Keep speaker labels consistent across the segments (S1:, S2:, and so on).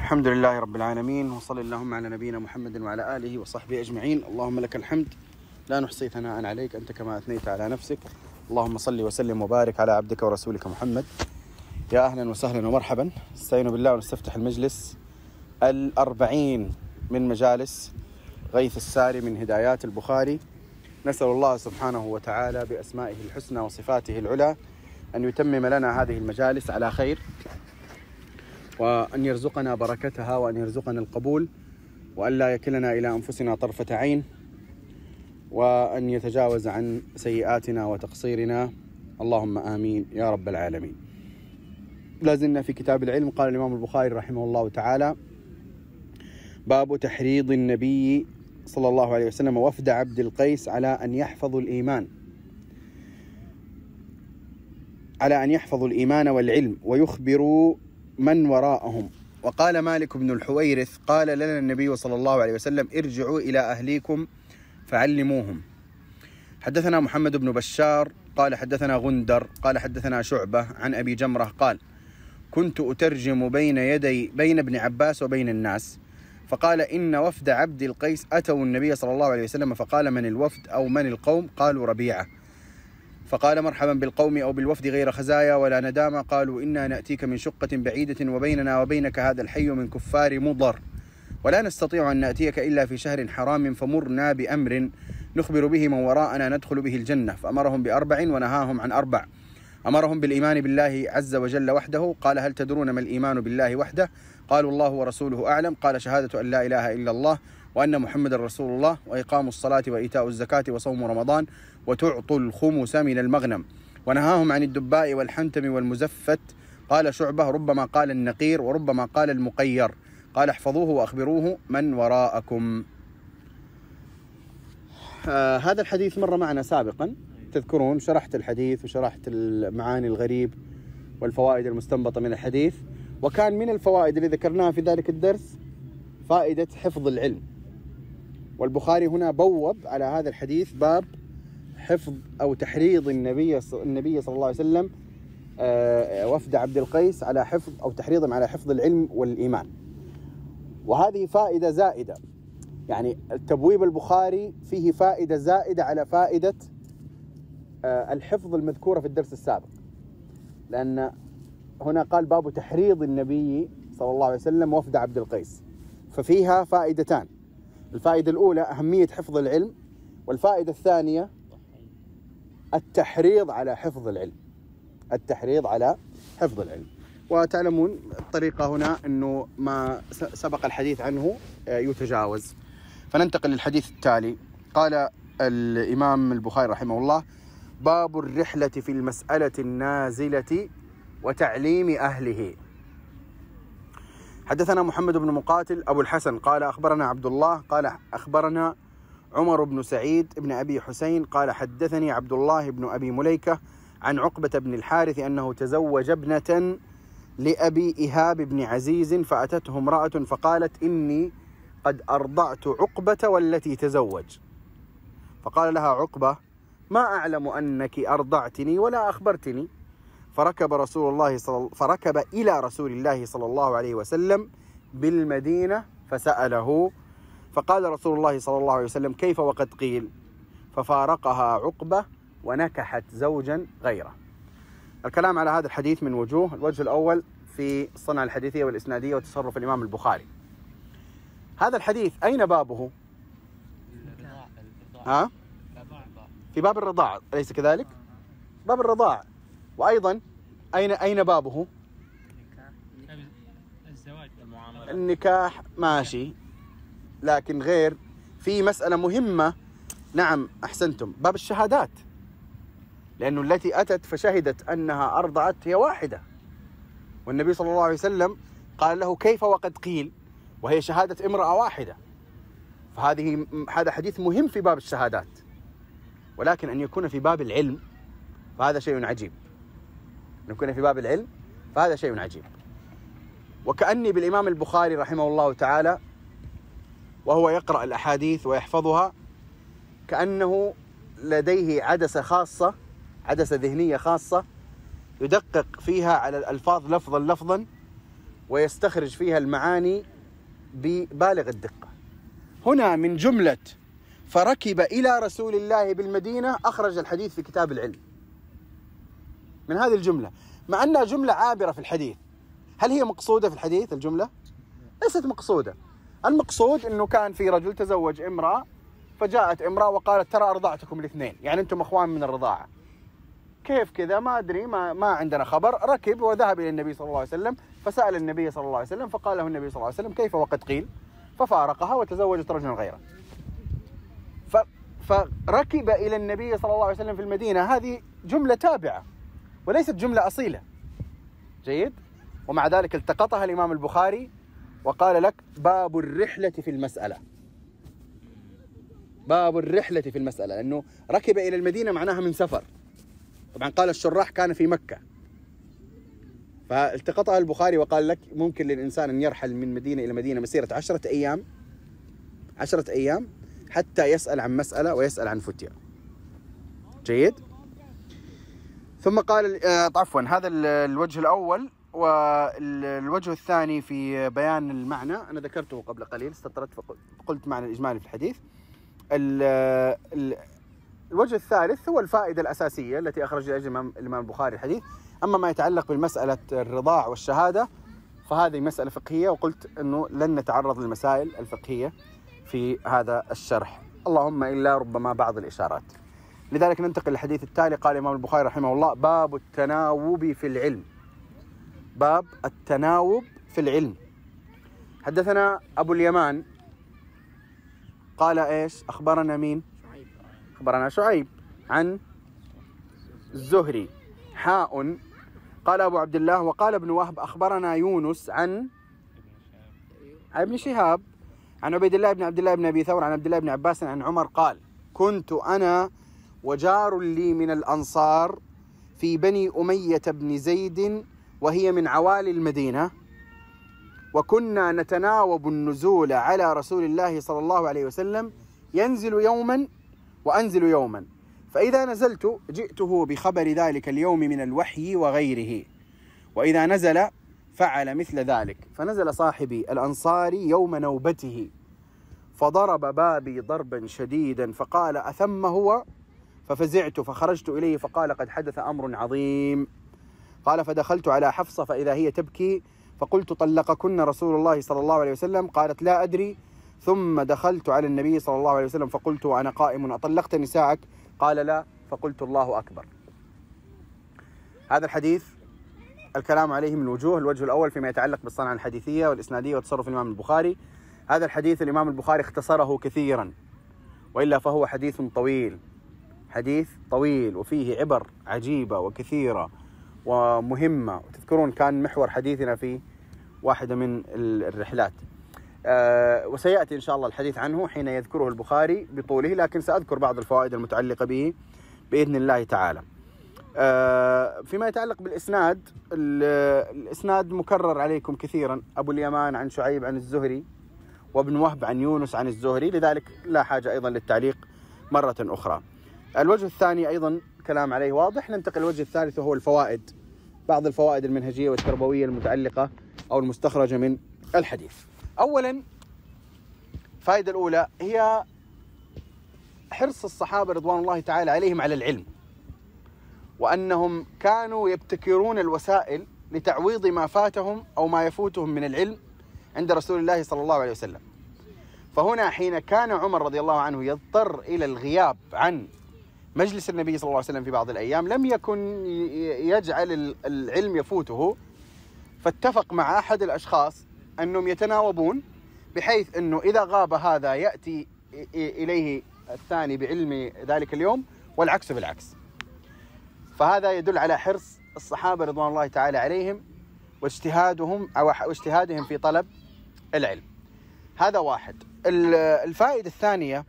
S1: الحمد لله رب العالمين، وصلى اللهم على نبينا محمد وعلى آله وصحبه أجمعين. اللهم لك الحمد لا نحصي ثناء عليك أنت كما أثنيت على نفسك. اللهم صل وسلم وبارك على عبدك ورسولك محمد. يا أهلا وسهلا ومرحبا. نستعين بالله ونستفتح المجلس 40 من مجالس غيث الساري من هدايات البخاري. نسأل الله سبحانه وتعالى بأسمائه الحسنى وصفاته العلى أن يتمم لنا هذه المجالس على خير، وأن يرزقنا بركتها، وأن يرزقنا القبول، وأن لا يكلنا إلى أنفسنا طرفة عين، وأن يتجاوز عن سيئاتنا وتقصيرنا. اللهم آمين يا رب العالمين. لازلنا في كتاب العلم. قال الإمام البخاري رحمه الله تعالى: باب تحريض النبي صلى الله عليه وسلم وفد عبد القيس على أن يحفظوا الإيمان والعلم ويخبروا من وراءهم. وقال مالك بن الحويرث: قال لنا النبي صلى الله عليه وسلم: ارجعوا إلى أهليكم فعلموهم. حدثنا محمد بن بشار قال حدثنا غندر قال حدثنا شعبة عن أبي جمرة قال: كنت أترجم بين ابن عباس وبين الناس، فقال: إن وفد عبد القيس أتوا النبي صلى الله عليه وسلم، فقال: من الوفد أو من القوم؟ قالوا: ربيعة. فقال: مرحبا بالقوم أو بالوفد غير خزايا ولا ندامة. قالوا: إنا نأتيك من شقة بعيدة، وبيننا وبينك هذا الحي من كفار مضر، ولا نستطيع أن نأتيك إلا في شهر حرام، فمرنا بأمر نخبر به من وراءنا ندخل به الجنة. فأمرهم ب4 ونهاهم عن 4. أمرهم بالإيمان بالله عز وجل وحده. قال: هل تدرون ما الإيمان بالله وحده؟ قالوا: الله ورسوله أعلم. قال: شهادة أن لا إله إلا الله وأن محمد رسول الله، وإقام الصلاة وإيتاء الزكاة وصوم رمضان وتعطوا الخمس من المغنم. ونهاهم عن الدباء والحنتم والمزفت. قال شعبة: ربما قال النقير وربما قال المقير. قال: احفظوه وأخبروه من وراءكم. هذا الحديث مر معنا سابقا، تذكرون شرحت الحديث وشرحت المعاني الغريب والفوائد المستنبطة من الحديث. وكان من الفوائد اللي ذكرناها في ذلك الدرس فائدة حفظ العلم، والبخاري هنا بوب على هذا الحديث باب حفظ أو تحريض النبي صلى الله عليه وسلم وفد عبد القيس على حفظ أو تحريضهم على حفظ العلم والإيمان. وهذه فائدة زائدة، يعني التبويب البخاري فيه فائدة زائدة على فائدة الحفظ المذكورة في الدرس السابق، لأن هنا قال: باب تحريض النبي صلى الله عليه وسلم وفد عبد القيس، ففيها فائدتان. الفائدة الأولى أهمية حفظ العلم، والفائدة الثانية التحريض على حفظ العلم. وتعلمون الطريقة هنا أنه ما سبق الحديث عنه يتجاوز. فننتقل للحديث التالي. قال الإمام البخاري رحمه الله: باب الرحلة في المسألة النازلة وتعليم أهله. حدثنا محمد بن مقاتل أبو الحسن قال أخبرنا عبد الله قال أخبرنا عمر بن سعيد بن أبي حسين قال حدثني عبد الله بن أبي مليكة عن عقبة بن الحارث أنه تزوج ابنة لأبي إهاب بن عزيز، فأتته امرأة فقالت: إني قد أرضعت عقبة والتي تزوج. فقال لها عقبة: ما أعلم أنك أرضعتني ولا أخبرتني. فركب إلى رسول الله صلى الله عليه وسلم بالمدينة فسأله، فقال رسول الله صلى الله عليه وسلم: كيف وقد قيل؟ ففارقها عقبة ونكحت زوجا غيره. الكلام على هذا الحديث من وجوه. الوجه الأول في الصنعة الحديثية والإسنادية وتصرف الإمام البخاري. هذا الحديث أين بابه؟ في باب الرضاعة، أليس كذلك؟ باب الرضاعة. وأيضا أين بابه؟ النكاح ماشي، لكن غير في مسألة مهمة. نعم أحسنتم، باب الشهادات، لأنه التي أتت فشهدت أنها أرضعت هي واحدة، والنبي صلى الله عليه وسلم قال له: كيف وقد قيل؟ وهي شهادة امرأة واحدة. هذا حديث مهم في باب الشهادات، ولكن أن يكون في باب العلم فهذا شيء عجيب. وكأني بالإمام البخاري رحمه الله تعالى وهو يقرأ الأحاديث ويحفظها كأنه لديه عدسة ذهنية خاصة يدقق فيها على الألفاظ لفظا ويستخرج فيها المعاني ببالغ الدقة. هنا من جملة فركب إلى رسول الله بالمدينة أخرج الحديث في كتاب العلم، من هذه الجملة، مع أنها جملة عابرة في الحديث. هل هي مقصودة في الحديث الجملة؟ ليست مقصودة. المقصود أنه كان في رجل تزوج امرأة، فجاءت امرأة وقالت ترى أرضعتكم الاثنين، يعني أنتم أخوان من الرضاعة. كيف كذا؟ ما أدري، ما عندنا خبر. ركب وذهب إلى النبي صلى الله عليه وسلم، فسأل النبي صلى الله عليه وسلم، فقال له النبي صلى الله عليه وسلم كيف وقد قيل، ففارقها وتزوجت رجلا غيره. فركب إلى النبي صلى الله عليه وسلم في المدينة، هذه جملة تابعة وليست جملة أصيلة. جيد. ومع ذلك التقطها الإمام البخاري وقال لك باب الرحلة في المسألة. باب الرحلة في المسألة، لأنه ركب إلى المدينة معناها من سفر. طبعا قال الشراح كان في مكة، فالتقطها البخاري وقال لك ممكن للإنسان أن يرحل من مدينة إلى مدينة مسيرة 10 أيام حتى يسأل عن مسألة ويسأل عن فتية. جيد. ثم قال عفوا، هذا الوجه الأول. والوجه الثاني في بيان المعنى أنا ذكرته قبل قليل، استطردت فقلت معنى الإجمالي في الحديث. الوجه الثالث هو الفائدة الأساسية التي أخرج الإمام البخاري الحديث. أما ما يتعلق بالمسألة الرضاع والشهادة فهذه مسألة فقهية، وقلت أنه لن نتعرض للمسائل الفقهية في هذا الشرح، اللهم إلا ربما بعض الإشارات. لذلك ننتقل للحديث التالي. قال الإمام البخاري رحمه الله: باب التناوب في العلم. باب التناوب في العلم. حدثنا أبو اليمان قال إيش؟ أخبرنا مين؟ أخبرنا شعيب عن الزهري حاء. قال أبو عبد الله وقال ابن وهب أخبرنا يونس عن ابن شهاب عن عبيد الله بن عبد الله بن أبي ثور عن عبد الله بن عباس عن عمر قال: كنت أنا وجار لي من الأنصار في بني أمية بن زيد وهي من عوالي المدينة، وكنا نتناوب النزول على رسول الله صلى الله عليه وسلم، ينزل يوما وأنزل يوما، فإذا نزلت جئته بخبر ذلك اليوم من الوحي وغيره، وإذا نزل فعل مثل ذلك. فنزل صاحبي الأنصاري يوم نوبته فضرب بابي ضربا شديدا فقال: أثم هو؟ ففزعت فخرجت إليه فقال: قد حدث أمر عظيم. قال: فدخلت على حفصة فإذا هي تبكي، فقلت: طلقكن رسول الله صلى الله عليه وسلم؟ قالت: لا أدري. ثم دخلت على النبي صلى الله عليه وسلم فقلت وأنا قائم: أطلقت نساءك؟ قال: لا. فقلت: الله أكبر. هذا الحديث الكلام عليه من وجوه. الوجه الأول فيما يتعلق بالصنعة الحديثية والإسنادية وتصرف الإمام البخاري. هذا الحديث الإمام البخاري اختصره كثيرا، وإلا فهو حديث طويل، حديث طويل وفيه عبر عجيبة وكثيرة ومهمة. وتذكرون كان محور حديثنا في واحدة من الرحلات، وسيأتي إن شاء الله الحديث عنه حين يذكره البخاري بطوله، لكن سأذكر بعض الفوائد المتعلقة به بإذن الله تعالى. فيما يتعلق بالإسناد، الإسناد مكرر عليكم كثيرا: أبو اليمان عن شعيب عن الزهري، وابن وهب عن يونس عن الزهري، لذلك لا حاجة أيضا للتعليق مرة أخرى. الوجه الثاني أيضا كلام عليه واضح. ننتقل الوجه الثالث وهو الفوائد، بعض الفوائد المنهجية والتربوية المتعلقة أو المستخرجة من الحديث. أولا، الفائدة الأولى هي حرص الصحابة رضوان الله تعالى عليهم على العلم، وأنهم كانوا يبتكرون الوسائل لتعويض ما فاتهم أو ما يفوتهم من العلم عند رسول الله صلى الله عليه وسلم. فهنا حين كان عمر رضي الله عنه يضطر إلى الغياب عن مجلس النبي صلى الله عليه وسلم في بعض الأيام، لم يكن يجعل العلم يفوته، فاتفق مع أحد الأشخاص أنهم يتناوبون، بحيث أنه إذا غاب هذا يأتي إليه الثاني بعلم ذلك اليوم، والعكس بالعكس. فهذا يدل على حرص الصحابة رضوان الله تعالى عليهم واجتهادهم في طلب العلم. هذا واحد. الفائدة الثانية،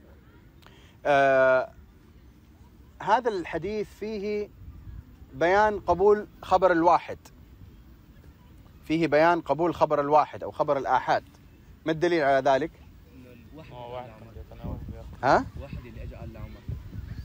S1: هذا الحديث فيه بيان قبول خبر الواحد، فيه بيان قبول خبر الواحد أو خبر الآحاد. ما الدليل على ذلك؟ واحد اللي أجى لعمر،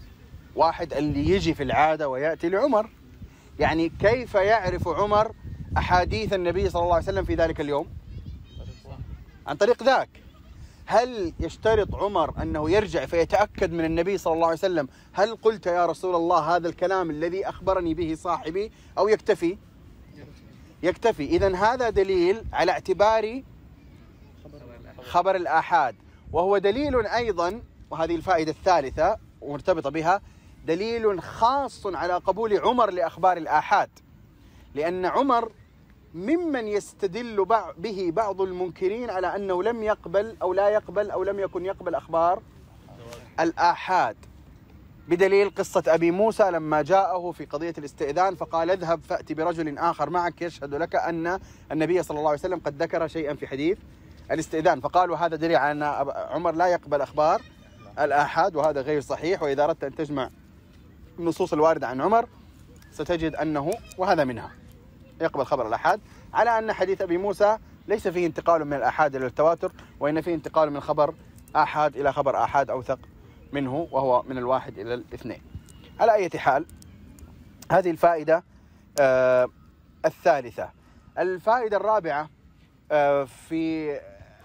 S1: واحد اللي يجي في العادة ويأتي لعمر. يعني كيف يعرف عمر أحاديث النبي صلى الله عليه وسلم في ذلك اليوم؟ عن طريق ذاك. هل يشترط عمر أنه يرجع فيتأكد من النبي صلى الله عليه وسلم هل قلت يا رسول الله هذا الكلام الذي أخبرني به صاحبي، أو يكتفي؟ يكتفي. إذن هذا دليل على اعتبار خبر الآحاد، وهو دليل أيضا، وهذه الفائدة الثالثة ومرتبطة بها، دليل خاص على قبول عمر لأخبار الآحاد، لأن عمر ممن يستدل به بعض المنكرين على أنه لم يقبل أو لا يقبل أو لم يكن يقبل أخبار الآحاد، بدليل قصة أبي موسى لما جاءه في قضية الاستئذان فقال اذهب فأتي برجل آخر معك يشهد لك أن النبي صلى الله عليه وسلم قد ذكر شيئا في حديث الاستئذان، فقالوا هذا دليل على أن عمر لا يقبل أخبار الآحاد، وهذا غير صحيح. وإذا أردت أن تجمع النصوص الواردة عن عمر ستجد أنه، وهذا منها، يقبل خبر الآحاد، على أن حديث أبي موسى ليس فيه انتقال من الآحاد إلى التواتر، وإن فيه انتقال من خبر آحاد إلى خبر آحاد أوثق منه، وهو من 1 إلى 2. على أي حال، هذه الفائدة الثالثة. الفائدة الرابعة في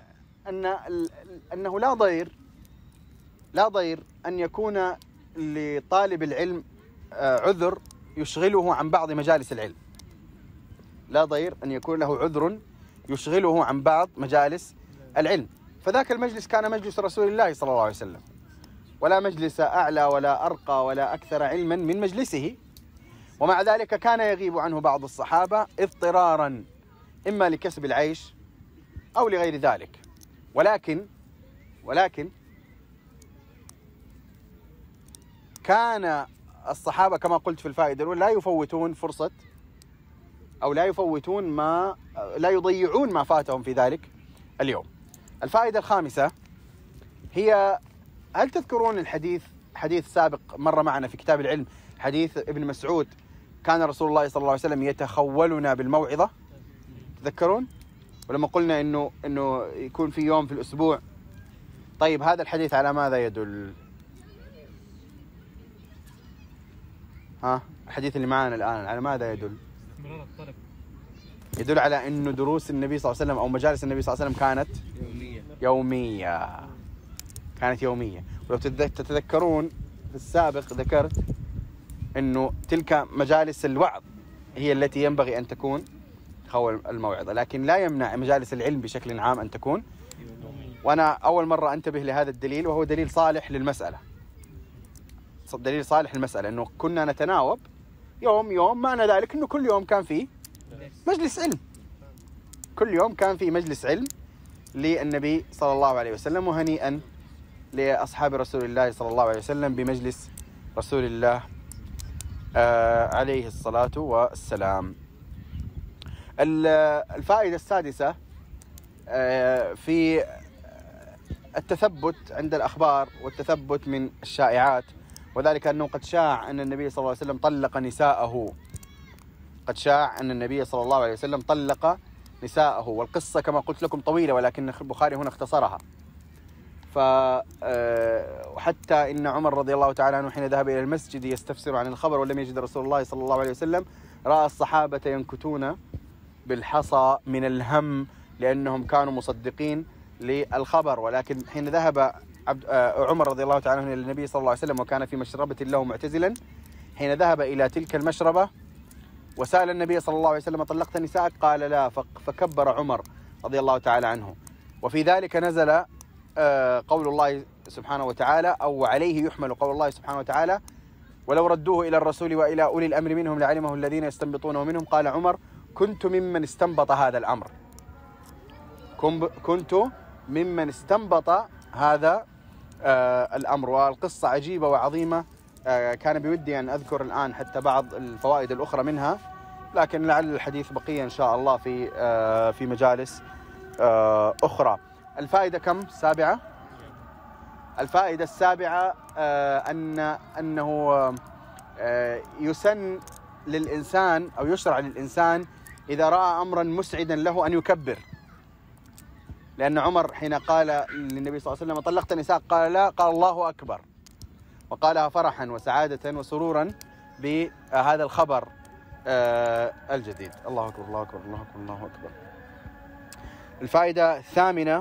S1: أنه لا ضير أن يكون لطالب العلم عذر يشغله عن بعض مجالس العلم. لا ضير أن يكون له عذر يشغله عن بعض مجالس العلم، فذاك المجلس كان مجلس رسول الله صلى الله عليه وسلم، ولا مجلس أعلى ولا أرقى ولا أكثر علما من مجلسه، ومع ذلك كان يغيب عنه بعض الصحابة اضطرارا، إما لكسب العيش أو لغير ذلك. ولكن كان الصحابة كما قلت في الفائدة الأولى لا يفوتون فرصة، أو لا يضيعون ما فاتهم في ذلك اليوم. الفائدة الخامسة هي، هل تذكرون حديث سابق مر معنا في كتاب العلم، حديث ابن مسعود كان رسول الله صلى الله عليه وسلم يتخولنا بالموعظة؟ تذكرون؟ ولما قلنا إنه يكون في يوم في الأسبوع. طيب هذا الحديث على ماذا يدل؟ الحديث اللي معنا الآن على ماذا يدل؟ يدل على إنه دروس النبي صلى الله عليه وسلم أو مجالس النبي صلى الله عليه وسلم كانت يومية. ولو تتذكرون في السابق ذكرت إنه تلك مجالس الوعظ هي التي ينبغي أن تكون خول الموعظة، لكن لا يمنع مجالس العلم بشكل عام أن تكون. وأنا أول مرة أنتبه لهذا الدليل، وهو دليل صالح للمسألة، إنه كنا نتناوب يوم، معنى ذلك إنه كل يوم كان فيه مجلس علم، كل يوم كان فيه مجلس علم للنبي صلى الله عليه وسلم. وهنيئا لأصحاب رسول الله صلى الله عليه وسلم بمجلس رسول الله عليه الصلاة والسلام. الفائدة السادسة في التثبت عند الأخبار والتثبت من الشائعات، وذلك أنه قد شاع أن النبي صلى الله عليه وسلم طلق نساءه. والقصة كما قلت لكم طويلة، ولكن البخاري هنا اختصرها. وحتى إن عمر رضي الله تعالى عنه حين ذهب إلى المسجد يستفسر عن الخبر ولم يجد رسول الله صلى الله عليه وسلم، رأى الصحابة ينكتون بالحصى من الهم لأنهم كانوا مصدقين للخبر. ولكن حين ذهب عمر رضي الله تعالى عنه إلى النبي صلى الله عليه وسلم وكان في مشربة له معتزلا، حين ذهب إلى تلك المشربة وسأل النبي صلى الله عليه وسلم طلقت نساءك؟ قال لا، فكبر عمر رضي الله تعالى عنه. وفي ذلك نزل قول الله سبحانه وتعالى، أو عليه يحمل قول الله سبحانه وتعالى ولو ردوه إلى الرسول وإلى أولي الأمر منهم لعلمه الذين يستنبطونه منهم. قال عمر كنت ممن استنبط هذا الأمر، الأمر. والقصة عجيبة وعظيمة، كان بودي أن أذكر الآن حتى بعض الفوائد الأخرى منها، لكن لعل الحديث بقية إن شاء الله في مجالس أخرى. الفائدة كم؟ السابعة. الفائدة السابعة أنه يسن للإنسان أو يشرع للإنسان إذا رأى أمرا مسعدا له أن يكبر، لأن عمر حين قال للنبي صلى الله عليه وسلم طلقت نساء؟ قال لا، قال الله أكبر، وقالها فرحا وسعادة وسرورا بهذا الخبر الجديد. الله أكبر الله أكبر الله أكبر الله أكبر. الفائدة الثامنة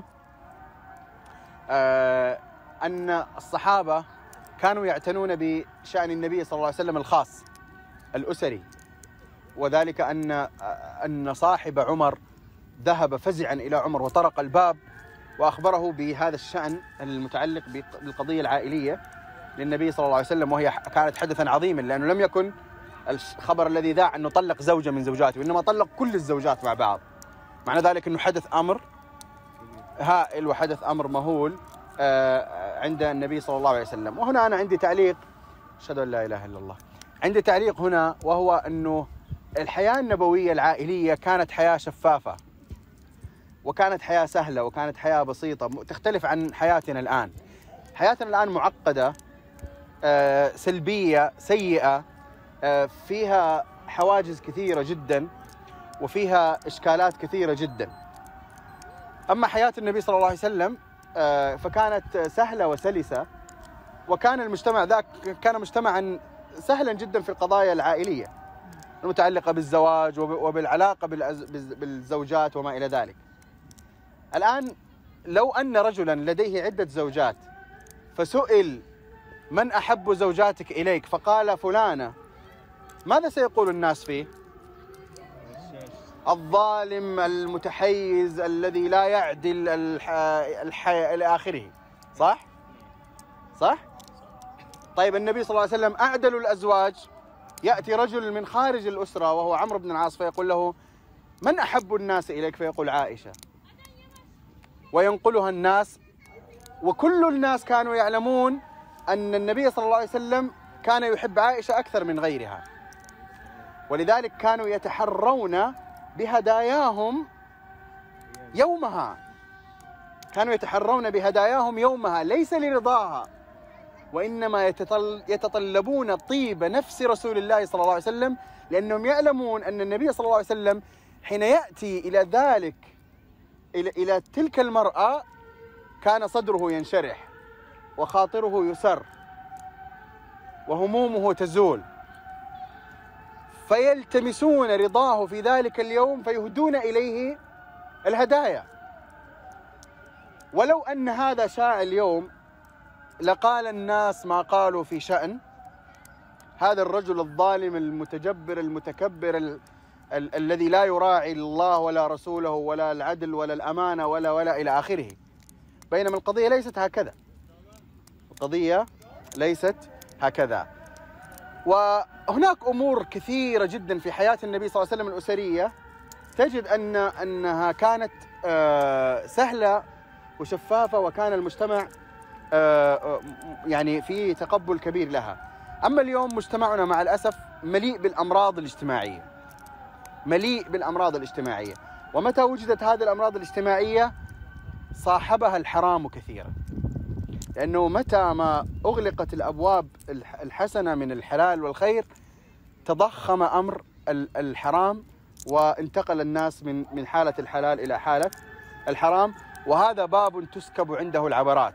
S1: أن الصحابة كانوا يعتنون بشأن النبي صلى الله عليه وسلم الخاص الأسري، وذلك أن صاحب عمر ذهب فزعا إلى عمر وطرق الباب وأخبره بهذا الشأن المتعلق بالقضية العائلية للنبي صلى الله عليه وسلم، وهي كانت حدثا عظيما، لأنه لم يكن الخبر الذي ذاع أنه طلق زوجة من زوجاته، وإنما طلق كل الزوجات مع بعض. معنى ذلك أنه حدث أمر هائل وحدث أمر مهول عند النبي صلى الله عليه وسلم. وهنا أنا عندي تعليق، أشهد أن لا إله إلا الله. عندي تعليق هنا، وهو أنه الحياة النبوية العائلية كانت حياة شفافة، وكانت حياة سهلة، وكانت حياة بسيطة، تختلف عن حياتنا الآن. حياتنا الآن معقدة، سلبية، سيئة، فيها حواجز كثيرة جدا، وفيها إشكالات كثيرة جدا. أما حياة النبي صلى الله عليه وسلم فكانت سهلة وسلسة، وكان المجتمع ذاك كان مجتمعا سهلا جدا في القضايا العائلية المتعلقة بالزواج وبالعلاقة بالزوجات وما إلى ذلك. الآن لو أن رجلا لديه عدة زوجات فسئل من أحب زوجاتك إليك فقال فلانة، ماذا سيقول الناس فيه؟ الظالم المتحيز الذي لا يعدل إلى آخره. صح؟ صح؟ طيب النبي صلى الله عليه وسلم أعدل الأزواج، يأتي رجل من خارج الأسرة وهو عمرو بن العاص فيقول له من أحب الناس إليك؟ فيقول عائشة، وينقلها الناس، وكل الناس كانوا يعلمون أن النبي صلى الله عليه وسلم كان يحب عائشة أكثر من غيرها، ولذلك كانوا يتحرون بهداياهم يومها، كانوا يتحرون بهداياهم يومها ليس لرضاها، وإنما يتطلبون طيب نفس رسول الله صلى الله عليه وسلم، لأنهم يعلمون أن النبي صلى الله عليه وسلم حين يأتي إلى ذلك إلى تلك المرأة كان صدره ينشرح وخاطره يسر وهمومه تزول، فيلتمسون رضاه في ذلك اليوم فيهدون إليه الهدايا. ولو أن هذا شاع اليوم لقال الناس ما قالوا في شأن هذا الرجل الظالم المتجبر المتكبر الذي لا يراعي الله ولا رسوله ولا العدل ولا الأمانة ولا إلى آخره. بينما القضية ليست هكذا، القضية ليست هكذا. وهناك أمور كثيرة جدا في حياة النبي صلى الله عليه وسلم الأسرية تجد أنها كانت سهلة وشفافة، وكان المجتمع يعني في تقبل كبير لها. أما اليوم مجتمعنا مع الأسف مليء بالأمراض الاجتماعية، مليء بالأمراض الاجتماعية، ومتى وجدت هذه الأمراض الاجتماعية صاحبها الحرام كثيرا، لأنه متى ما أغلقت الأبواب الحسنة من الحلال والخير تضخم أمر الحرام، وانتقل الناس من حالة الحلال إلى حالة الحرام، وهذا باب تسكب عنده العبرات.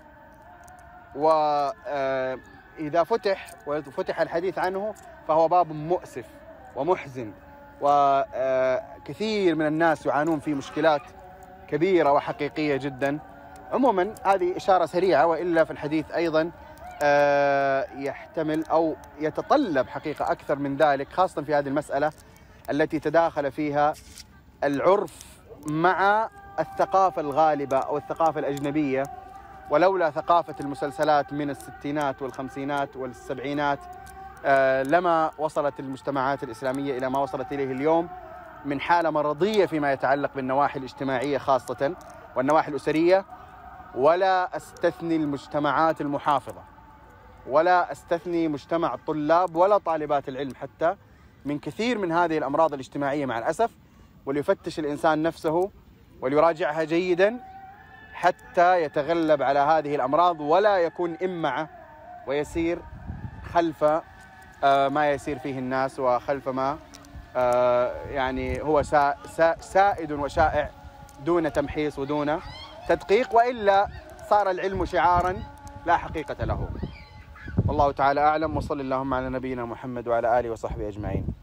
S1: وإذا فتح الحديث عنه فهو باب مؤسف ومحزن، وكثير من الناس يعانون في مشكلات كبيرة وحقيقية جدا. عموما هذه إشارة سريعة، وإلا في الحديث أيضا يحتمل أو يتطلب حقيقة أكثر من ذلك، خاصة في هذه المسألة التي تداخل فيها العرف مع الثقافة الغالبة أو الثقافة الأجنبية. ولولا ثقافة المسلسلات من الستينات والخمسينات والسبعينات لما وصلت المجتمعات الإسلامية إلى ما وصلت إليه اليوم من حالة مرضية فيما يتعلق بالنواحي الاجتماعية خاصة والنواحي الأسرية. ولا أستثني المجتمعات المحافظة، ولا أستثني مجتمع الطلاب ولا طالبات العلم حتى، من كثير من هذه الأمراض الاجتماعية مع الأسف. وليفتش الإنسان نفسه وليراجعها جيدا حتى يتغلب على هذه الأمراض، ولا يكون إمعة ويسير خلف ما يسير فيه الناس، وخلف ما يعني هو سائد وشائع دون تمحيص ودون تدقيق، وإلا صار العلم شعارا لا حقيقة له. والله تعالى أعلم، وصل اللهم على نبينا محمد وعلى آله وصحبه أجمعين.